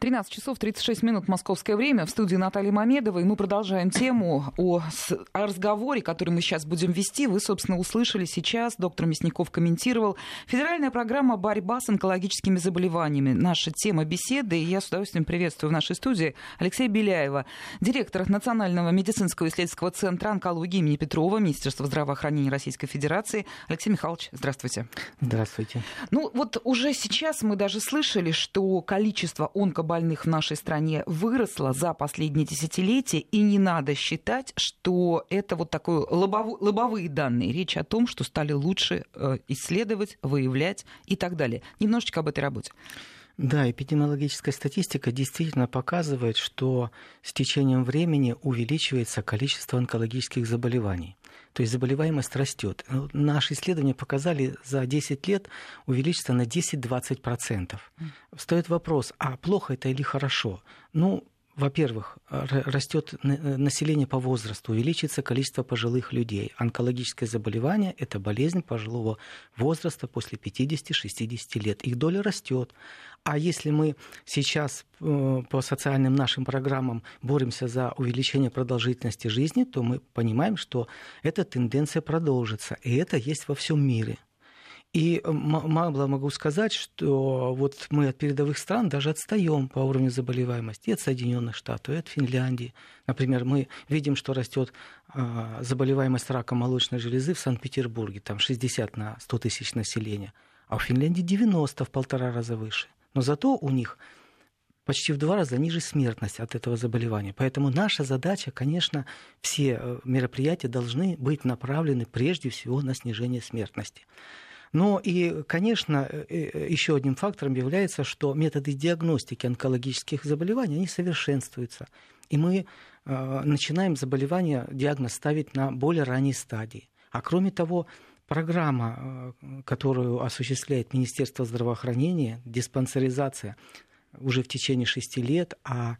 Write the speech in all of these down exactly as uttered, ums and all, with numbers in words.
тринадцать часов тридцать шесть минут московское время. В студии Наталья Мамедова. И мы продолжаем тему о, о разговоре, который мы сейчас будем вести. Вы, собственно, услышали сейчас. Доктор Мясников комментировал. Федеральная программа «Борьба с онкологическими заболеваниями». Наша тема беседы. И я с удовольствием приветствую в нашей студии Алексея Беляева, директор Национального медицинского исследовательского центра онкологии имени Петрова, Министерства здравоохранения Российской Федерации. Алексей Михайлович, здравствуйте. Здравствуйте. Ну, вот уже сейчас мы даже слышали, что количество онкобольных больных в нашей стране выросло за последние десятилетия, и не надо считать, что это вот такое лобовые, лобовые данные. Речь о том, что стали лучше исследовать, выявлять и так далее. Немножечко об этой работе. Да, эпидемиологическая статистика действительно показывает, что с течением времени увеличивается количество онкологических заболеваний. То есть заболеваемость растет. Наши исследования показали, за десять лет увеличится на десять-двадцать процентов. Встает вопрос, а плохо это или хорошо? Ну, во-первых, растет население по возрасту, увеличится количество пожилых людей. Онкологическое заболевание – это болезнь пожилого возраста после пятидесяти-шестидесяти лет. Их доля растет. А если мы сейчас по социальным нашим программам боремся за увеличение продолжительности жизни, то мы понимаем, что эта тенденция продолжится. И это есть во всем мире. И мало могу сказать, что вот мы от передовых стран даже отстаем по уровню заболеваемости и от Соединенных Штатов, и от Финляндии. Например, мы видим, что растет заболеваемость раком молочной железы в Санкт-Петербурге, там шестьдесят на сто тысяч населения, а в Финляндии девяносто, в полтора раза выше. Но зато у них почти в два раза ниже смертность от этого заболевания. Поэтому наша задача, конечно, все мероприятия должны быть направлены прежде всего на снижение смертности. Но и, конечно, еще одним фактором является, что методы диагностики онкологических заболеваний, они совершенствуются. И мы э, начинаем заболевание, диагноз ставить на более ранней стадии. А кроме того, программа, э, которую осуществляет Министерство здравоохранения, диспансеризация, уже в течение шести лет, а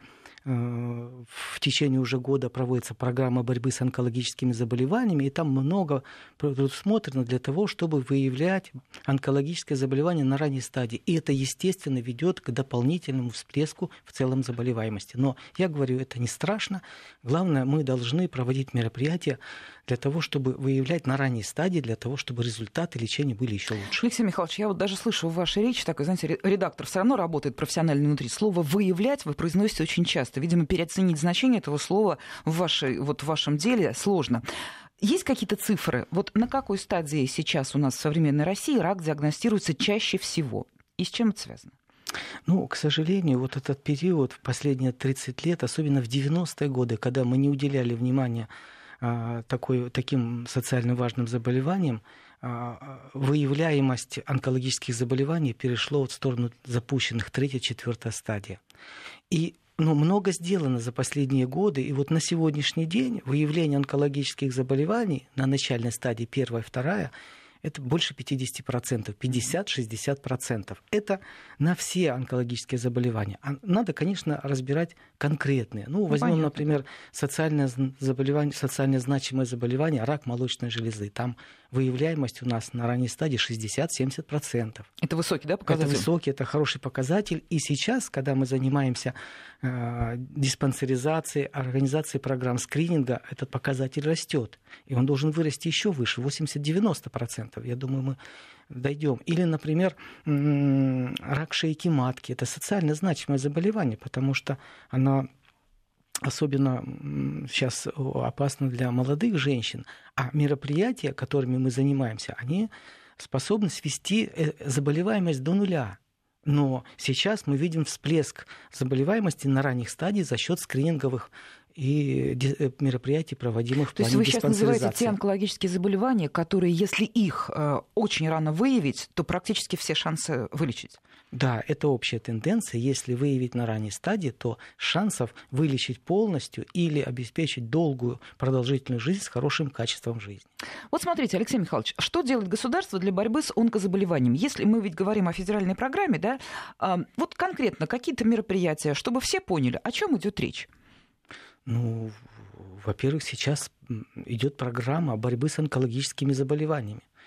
в течение уже года проводится программа борьбы с онкологическими заболеваниями, и там много предусмотрено для того, чтобы выявлять онкологическое заболевание на ранней стадии. И это, естественно, ведет к дополнительному всплеску в целом заболеваемости. Но я говорю, это не страшно. Главное, мы должны проводить мероприятия для того, чтобы выявлять на ранней стадии, для того, чтобы результаты лечения были еще лучше. Алексей Михайлович, я вот даже слышу в вашей речи, такой, знаете, редактор все равно работает профессионально внутри. Слово «выявлять» вы произносите очень часто. Видимо, переоценить значение этого слова в, вашей, вот в вашем деле сложно. Есть какие-то цифры? Вот на какой стадии сейчас у нас в современной России рак диагностируется чаще всего? И с чем это связано? Ну, к сожалению, вот этот период в последние тридцать лет, особенно в девяностые годы, когда мы не уделяли внимания а, такой, таким социально важным заболеваниям, выявляемость онкологических заболеваний перешла вот в сторону запущенных третья-четвертая стадия. И ну, много сделано за последние годы, и вот на сегодняшний день выявление онкологических заболеваний на начальной стадии первая, вторая, это больше пятьдесят процентов, пятьдесят-шестьдесят процентов. Это на все онкологические заболевания. Надо, конечно, разбирать конкретные. Ну, возьмем, ну, например, социальное заболевание, социально значимое заболевание, рак молочной железы. Там выявляемость у нас на ранней стадии шестьдесят-семьдесят процентов. Это высокий, да, показатель? Это высокий, это хороший показатель. И сейчас, когда мы занимаемся э, диспансеризацией, организацией программ скрининга, этот показатель растет. И он должен вырасти еще выше, восемьдесят-девяносто процентов. Я думаю, мы дойдем. Или, например, рак шейки матки. Это социально значимое заболевание, потому что оно особенно сейчас опасно для молодых женщин. А мероприятия, которыми мы занимаемся, они способны свести заболеваемость до нуля. Но сейчас мы видим всплеск заболеваемости на ранних стадиях за счет скрининговых и мероприятий, проводимых в плане диспансеризации. То есть вы сейчас называете те онкологические заболевания, которые, если их э, очень рано выявить, то практически все шансы вылечить? Да, это общая тенденция. Если выявить на ранней стадии, то шансов вылечить полностью или обеспечить долгую продолжительную жизнь с хорошим качеством жизни. Вот смотрите, Алексей Михайлович, что делает государство для борьбы с онкозаболеванием? Если мы ведь говорим о федеральной программе, да, э, вот конкретно какие-то мероприятия, чтобы все поняли, о чем идет речь? Ну, во-первых, сейчас идет программа борьбы с онкологическими заболеваниями.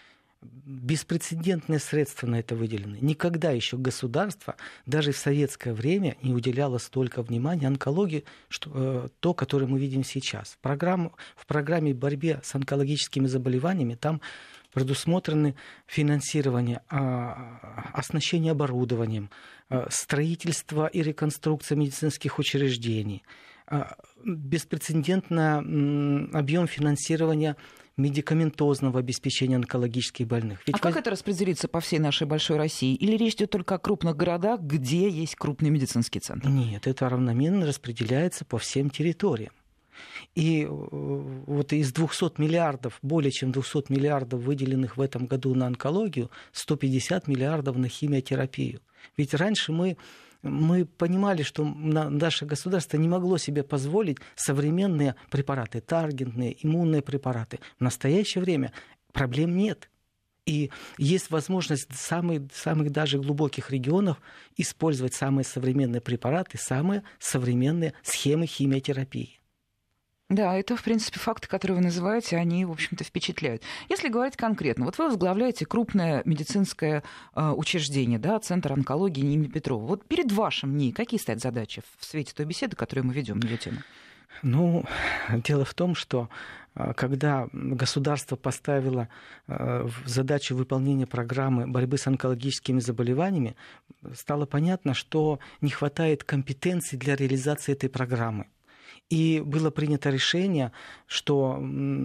беспрецедентные средства на это выделены. Никогда еще государство, даже в советское время, не уделяло столько внимания онкологии, что, то, которое мы видим сейчас. В, программу, в программе борьбы с онкологическими заболеваниями там предусмотрены финансирование, оснащение оборудованием, строительство и реконструкция медицинских учреждений, беспрецедентный объем финансирования медикаментозного обеспечения онкологических больных. Ведь а как воз... это распределится по всей нашей большой России? Или речь идет только о крупных городах, где есть крупный медицинский центр? Нет, это равномерно распределяется по всем территориям. И вот из двухсот миллиардов, более чем двухсот миллиардов, выделенных в этом году на онкологию, сто пятьдесят миллиардов на химиотерапию. Ведь раньше мы, мы понимали, что наше государство не могло себе позволить современные препараты, таргетные, иммунные препараты. В настоящее время проблем нет. И есть возможность в самых, самых даже глубоких регионах использовать самые современные препараты, самые современные схемы химиотерапии. Да, это, в принципе, факты, которые вы называете, они, в общем-то, впечатляют. Если говорить конкретно, вот вы возглавляете крупное медицинское э, учреждение, да, Центр онкологии имени Петрова. Вот перед вашим НИИ какие стоят задачи в свете той беседы, которую мы ведем на эту тему? Ну, дело в том, что когда государство поставило задачу выполнения программы борьбы с онкологическими заболеваниями, стало понятно, что не хватает компетенций для реализации этой программы. И было принято решение, что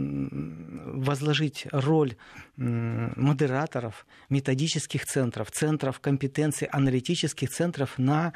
возложить роль модераторов, методических центров, центров компетенций, аналитических центров на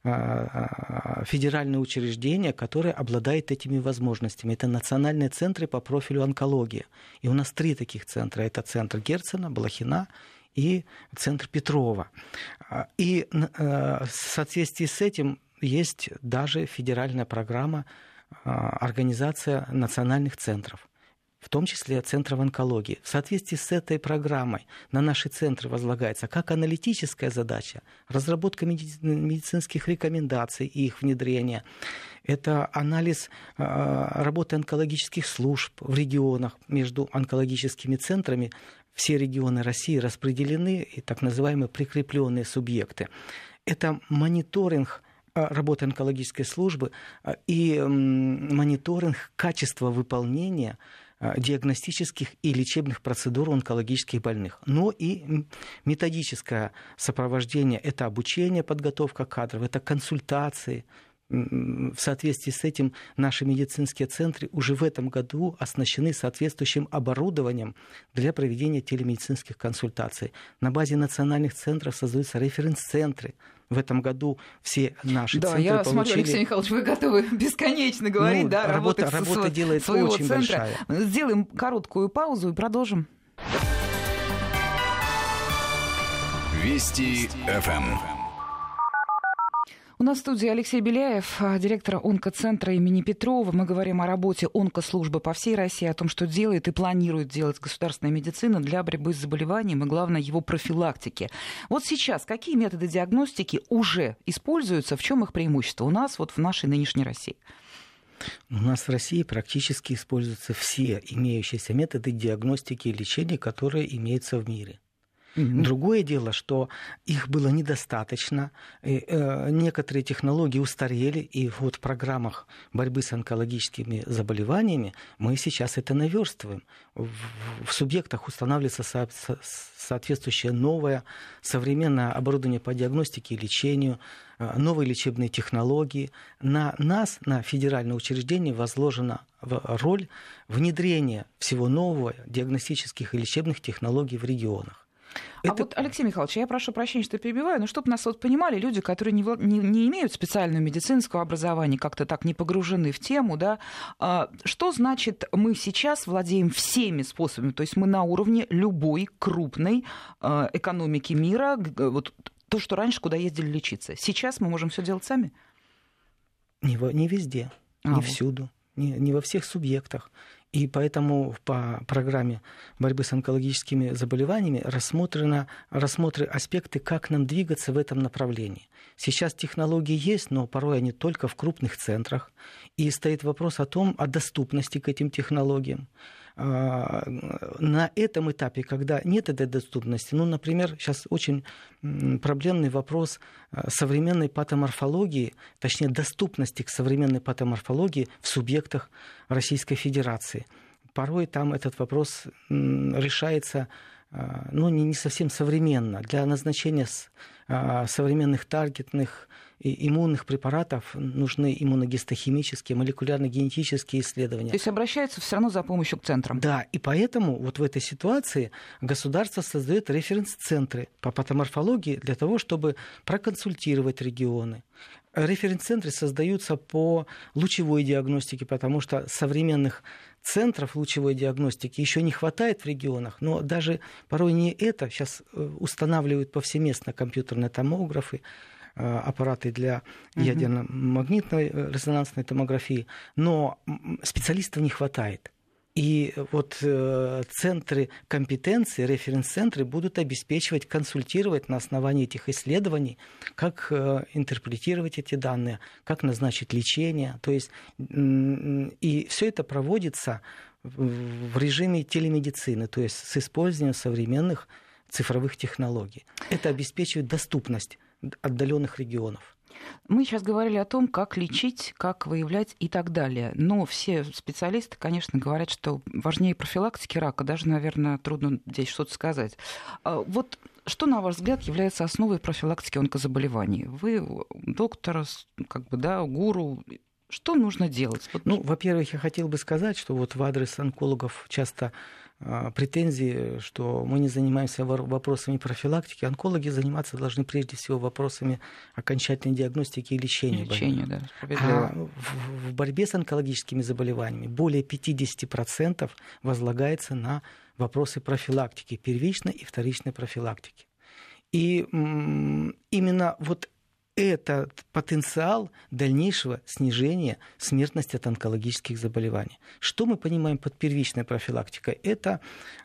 федеральные учреждения, которые обладают этими возможностями. Это национальные центры по профилю онкологии. И у нас три таких центра. Это центр Герцена, Блохина и центр Петрова. И в соответствии с этим есть даже федеральная программа организация национальных центров, в том числе центров онкологии. В соответствии с этой программой на наши центры возлагается как аналитическая задача, разработка медицинских рекомендаций и их внедрение. Это анализ работы онкологических служб в регионах между онкологическими центрами. Все регионы России распределены, и так называемые прикрепленные субъекты. Это мониторинг работы онкологической службы и мониторинг качества выполнения диагностических и лечебных процедур у онкологических больных. Но и методическое сопровождение – это обучение, подготовка кадров, это консультации. В соответствии с этим наши медицинские центры уже в этом году оснащены соответствующим оборудованием для проведения телемедицинских консультаций. На базе национальных центров создаются референс-центры. В этом году все наши да, центры я получили... смотрю, Алексей Михайлович, вы готовы бесконечно говорить, ну, да, работа, работать работа со делает своего очень центра. большая. Сделаем короткую паузу и продолжим. Вести эф эм. У нас в студии Алексей Беляев, директор онкоцентра имени Петрова. Мы говорим о работе онкослужбы по всей России, о том, что делает и планирует делать государственная медицина для борьбы с заболеванием и, главное, его профилактики. Вот сейчас какие методы диагностики уже используются, в чем их преимущество у нас, вот в нашей нынешней России? У нас в России практически используются все имеющиеся методы диагностики и лечения, которые имеются в мире. Mm-hmm. Другое дело, что их было недостаточно, и, э, некоторые технологии устарели, и вот в программах борьбы с онкологическими заболеваниями мы сейчас это наверстываем. В, в субъектах устанавливается со, со, соответствующее новое современное оборудование по диагностике и лечению, э, новые лечебные технологии. На нас, на федеральное учреждение, возложена роль внедрения всего нового диагностических и лечебных технологий в регионах. Это... А вот, Алексей Михайлович, я прошу прощения, что перебиваю, но чтобы нас вот понимали люди, которые не, не, не имеют специального медицинского образования, как-то так не погружены в тему, да, что значит мы сейчас владеем всеми способами, то есть мы на уровне любой крупной экономики мира, вот то, что раньше, куда ездили лечиться. Сейчас мы можем все делать сами? Не, не везде, а не вот. всюду, не, не во всех субъектах. И поэтому по программе борьбы с онкологическими заболеваниями рассмотрены, рассмотрены аспекты, как нам двигаться в этом направлении. Сейчас технологии есть, но порой они только в крупных центрах. И стоит вопрос о том, о доступности к этим технологиям. на этом этапе, когда нет этой доступности, ну, например, сейчас очень проблемный вопрос современной патоморфологии, точнее, доступности к современной патоморфологии в субъектах Российской Федерации. Порой там этот вопрос решается, ну, не, не совсем современно. Для назначения современных таргетных и иммунных препаратов нужны иммуногистохимические, молекулярно-генетические исследования. То есть обращаются все равно за помощью к центрам. Да, и поэтому вот в этой ситуации государство создает референс-центры по патоморфологии для того, чтобы проконсультировать регионы. Референс-центры создаются по лучевой диагностике, потому что современных центров лучевой диагностики еще не хватает в регионах, но даже порой не это. Сейчас устанавливают повсеместно компьютерные томографы, аппараты для ядерно-магнитной резонансной томографии, но специалистов не хватает. И вот э, центры компетенции, референс-центры будут обеспечивать, консультировать на основании этих исследований, как э, интерпретировать эти данные, как назначить лечение. То есть, э, и все это проводится в режиме телемедицины, то есть с использованием современных цифровых технологий. Это обеспечивает доступность отдаленных регионов. Мы сейчас говорили о том, как лечить, как выявлять и так далее. Но все специалисты, конечно, говорят, что важнее профилактики рака. Даже, наверное, трудно здесь что-то сказать. Вот что, на ваш взгляд, является основой профилактики онкозаболеваний? Вы доктор, как бы, да, гуру. Что нужно делать? Вот... Ну, во-первых, я хотел бы сказать, что вот в адрес онкологов часто претензии, что мы не занимаемся вопросами профилактики. Онкологи заниматься должны прежде всего вопросами окончательной диагностики и лечения. Лечение, да, а в, в борьбе с онкологическими заболеваниями более пятьдесят процентов возлагается на вопросы профилактики, первичной и вторичной профилактики. И м- именно вот это потенциал дальнейшего снижения смертности от онкологических заболеваний. Что мы понимаем под первичной профилактикой? Это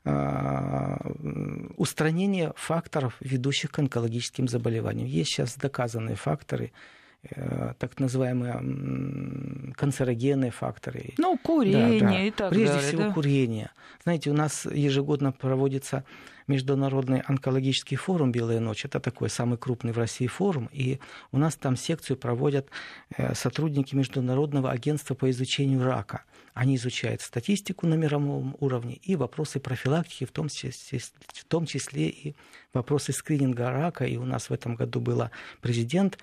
э, устранение факторов, ведущих к онкологическим заболеваниям. Есть сейчас доказанные факторы, э, так называемые канцерогенные факторы. Ну, курение, да, да. И так Прежде далее. всего, да? Курение. Знаете, у нас ежегодно проводится Международный онкологический форум «Белая ночь». Это такой самый крупный в России форум. И у нас там секцию проводят сотрудники Международного агентства по изучению рака. Они изучают статистику на мировом уровне и вопросы профилактики, в том числе, в том числе и вопросы скрининга рака. И у нас в этом году была президент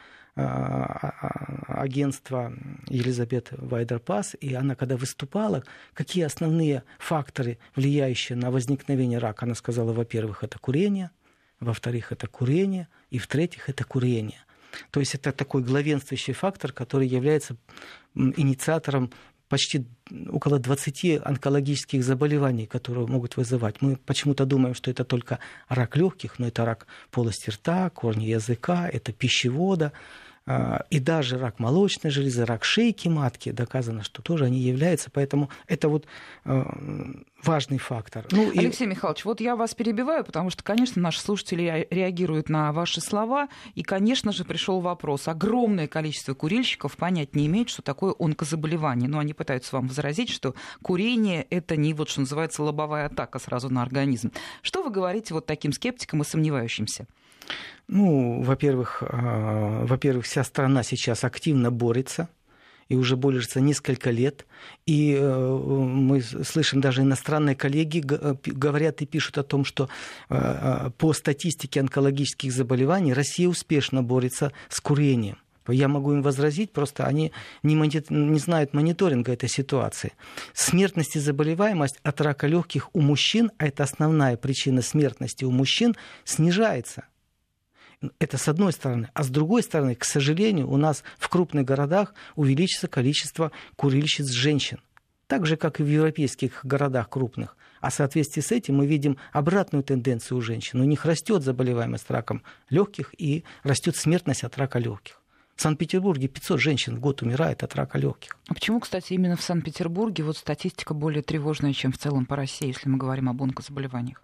агентства Елизабет Вайдерпас, и она, когда выступала, какие основные факторы, влияющие на возникновение рака, она сказала, во-первых, это курение, во-вторых, это курение, и в-третьих, это курение. То есть это такой главенствующий фактор, который является инициатором почти около двадцати онкологических заболеваний, которые могут вызывать. Мы почему-то думаем, что это только рак легких, но это рак полости рта, корня языка, это пищевода, и даже рак молочной железы, рак шейки матки, доказано, что тоже они являются. Поэтому это вот важный фактор. Ну, Алексей и... Михайлович, вот я вас перебиваю, потому что, конечно, наши слушатели реагируют на ваши слова, и, конечно же, пришел вопрос. Огромное количество курильщиков понять не имеют, что такое онкозаболевание. Но они пытаются вам возразить, что курение – это не, вот что называется, лобовая атака сразу на организм. Что вы говорите вот таким скептикам и сомневающимся? Ну, во-первых, э, во-первых, вся страна сейчас активно борется, и уже борется несколько лет. И э, мы слышим, даже иностранные коллеги говорят и пишут о том, что э, по статистике онкологических заболеваний Россия успешно борется с курением. Я могу им возразить, просто они не, мони- не знают мониторинга этой ситуации. Смертность и заболеваемость от рака легких у мужчин, а это основная причина смертности у мужчин, снижается. Это с одной стороны. А с другой стороны, к сожалению, у нас в крупных городах увеличится количество курильщиц женщин. Так же, как и в европейских городах крупных. А в соответствии с этим мы видим обратную тенденцию у женщин. У них растет заболеваемость раком легких и растет смертность от рака легких. В Санкт-Петербурге пятьсот женщин в год умирает от рака легких. А почему, кстати, именно в Санкт-Петербурге вот статистика более тревожная, чем в целом по России, если мы говорим об онкозаболеваниях?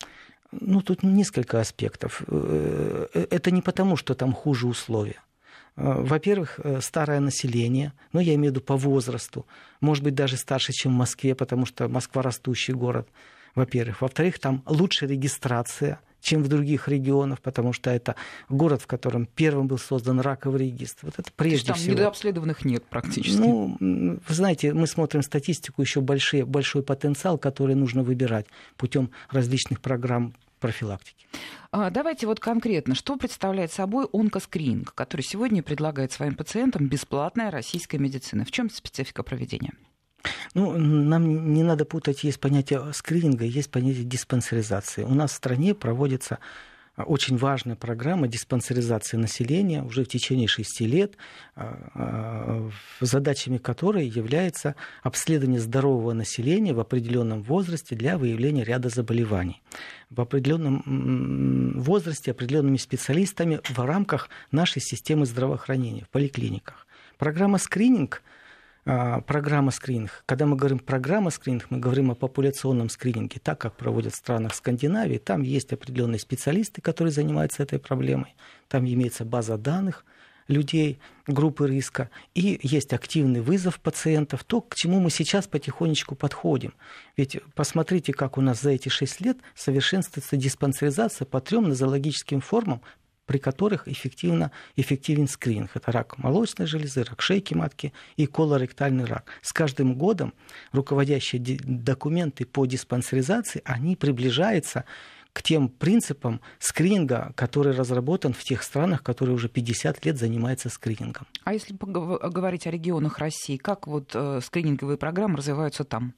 Ну, тут несколько аспектов. Это не потому, что там хуже условия. Во-первых, старое население, ну, я имею в виду по возрасту, может быть, даже старше, чем в Москве, потому что Москва растущий город, во-первых. Во-вторых, там лучше регистрация, чем в других регионах, потому что это город, в котором первым был создан раковый регистр. Вот это прежде там всего. недообследованных нет практически. Ну, вы знаете, мы смотрим статистику, еще большой, большой потенциал, который нужно выбирать путем различных программ профилактики. Давайте вот конкретно, что представляет собой онкоскрининг, который сегодня предлагает своим пациентам бесплатная российская медицина? В чем специфика проведения? Ну, нам не надо путать, есть понятие скрининга, есть понятие диспансеризации. У нас в стране проводится очень важная программа диспансеризации населения уже в течение шести лет, задачами которой является обследование здорового населения в определенном возрасте для выявления ряда заболеваний. В определенном возрасте определенными специалистами в рамках нашей системы здравоохранения, в поликлиниках. Программа скрининг Программа скрининг. Когда мы говорим программа скрининг, мы говорим о популяционном скрининге, так как проводят в странах Скандинавии. Там есть определенные специалисты, которые занимаются этой проблемой. Там имеется база данных людей, группы риска, и есть активный вызов пациентов, то, к чему мы сейчас потихонечку подходим. Ведь посмотрите, как у нас за эти шесть лет совершенствуется диспансеризация по трем нозологическим формам, при которых эффективно, эффективен скрининг. Это рак молочной железы, рак шейки матки и колоректальный рак. С каждым годом руководящие документы по диспансеризации, они приближаются к тем принципам скрининга, который разработан в тех странах, которые уже пятьдесят лет занимаются скринингом. А если говорить о регионах России, как вот скрининговые программы развиваются там?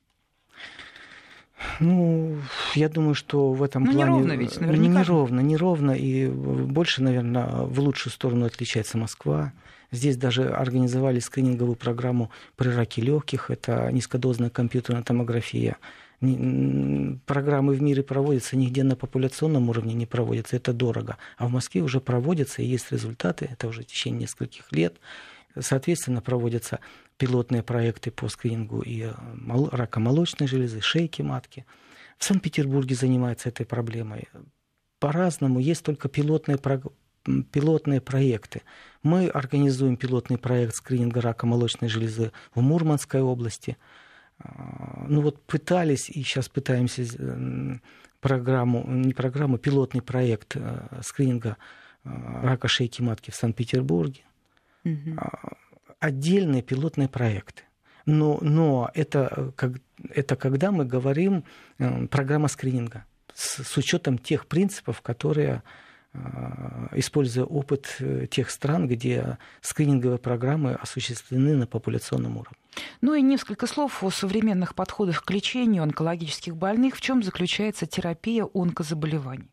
Ну, я думаю, что в этом ну, плане... Неровно ведь, наверняка. Неровно, неровно, и больше, наверное, в лучшую сторону отличается Москва. Здесь даже организовали скрининговую программу при раке легких, это низкодозная компьютерная томография. Программы в мире проводятся, нигде на популяционном уровне не проводятся, это дорого. А в Москве уже проводятся, и есть результаты, это уже в течение нескольких лет. Соответственно, проводятся пилотные проекты по скринингу и рака молочной железы, шейки матки. В Санкт-Петербурге занимаются этой проблемой. По-разному, есть только пилотные, пилотные проекты. Мы организуем пилотный проект скрининга рака молочной железы в Мурманской области. Ну вот пытались, и сейчас пытаемся программу, не программу, пилотный проект скрининга рака шейки матки в Санкт-Петербурге. Угу. Отдельные пилотные проекты. Но, но это, как, это когда мы говорим э, программа скрининга с, с учетом тех принципов, которые, э, используя опыт тех стран, где скрининговые программы осуществлены на популяционном уровне. Ну и несколько слов о современных подходах к лечению онкологических больных. В чем заключается терапия онкозаболеваний?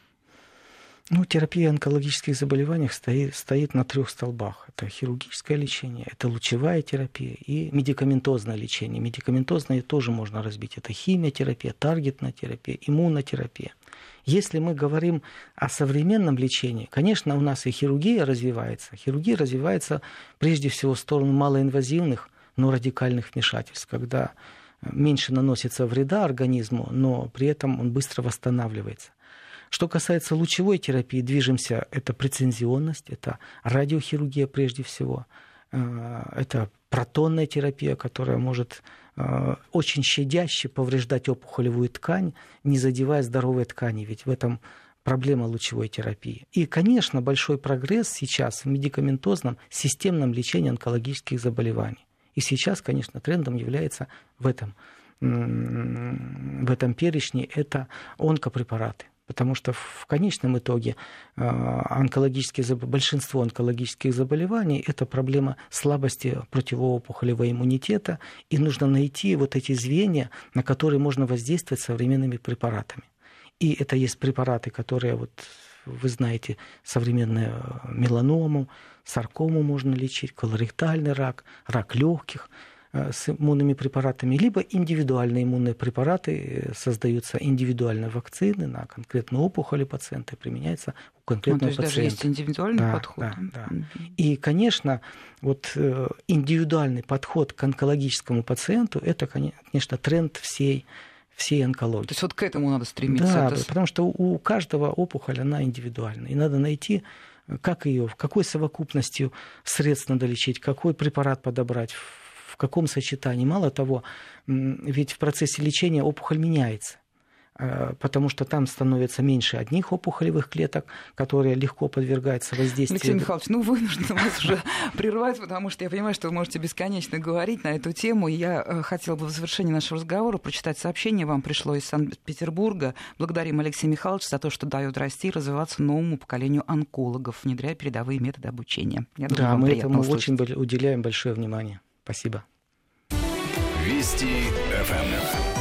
Ну, терапия онкологических заболеваний стоит, стоит на трех столбах. Это хирургическое лечение, это лучевая терапия и медикаментозное лечение. Медикаментозное тоже можно разбить. Это химиотерапия, таргетная терапия, иммунотерапия. Если мы говорим о современном лечении, конечно, у нас и хирургия развивается. Хирургия развивается прежде всего в сторону малоинвазивных, но радикальных вмешательств, когда меньше наносится вреда организму, но при этом он быстро восстанавливается. Что касается лучевой терапии, движемся, это прецизионность, это радиохирургия прежде всего, это протонная терапия, которая может очень щадяще повреждать опухолевую ткань, не задевая здоровые ткани, ведь в этом проблема лучевой терапии. И, конечно, большой прогресс сейчас в медикаментозном системном лечении онкологических заболеваний. И сейчас, конечно, трендом является в этом, в этом перечне это онкопрепараты. Потому что в конечном итоге онкологические, большинство онкологических заболеваний – это проблема слабости противоопухолевого иммунитета, и нужно найти вот эти звенья, на которые можно воздействовать современными препаратами. И это есть препараты, которые, вот, вы знаете, современную меланому, саркому можно лечить, колоректальный рак, рак легких с иммунными препаратами, либо индивидуальные иммунные препараты, создаются индивидуальные вакцины на конкретную опухоль пациента, применяются у конкретного ну, то есть пациента. Даже есть индивидуальный да, подход. Да, да. Mm-hmm. И, конечно, вот индивидуальный подход к онкологическому пациенту – это, конечно, тренд всей, всей онкологии. То есть вот к этому надо стремиться. Да, это... потому что у каждого опухоль, она индивидуальна, и надо найти как ее, в какой совокупностью средств надо лечить, какой препарат подобрать, в каком сочетании. Мало того, ведь в процессе лечения опухоль меняется, потому что там становится меньше одних опухолевых клеток, которые легко подвергаются воздействию. Алексей Михайлович, ну вынужден вас уже прервать, потому что я понимаю, что вы можете бесконечно говорить на эту тему. Я хотела бы в завершении нашего разговора прочитать сообщение. Вам пришло из Санкт-Петербурга. Благодарим Алексея Михайловича за то, что дает расти и развиваться новому поколению онкологов, внедряя передовые методы обучения. Я думаю, да, вам мы приятно этому услышать. очень уделяем большое внимание. Спасибо. Вести эф эм.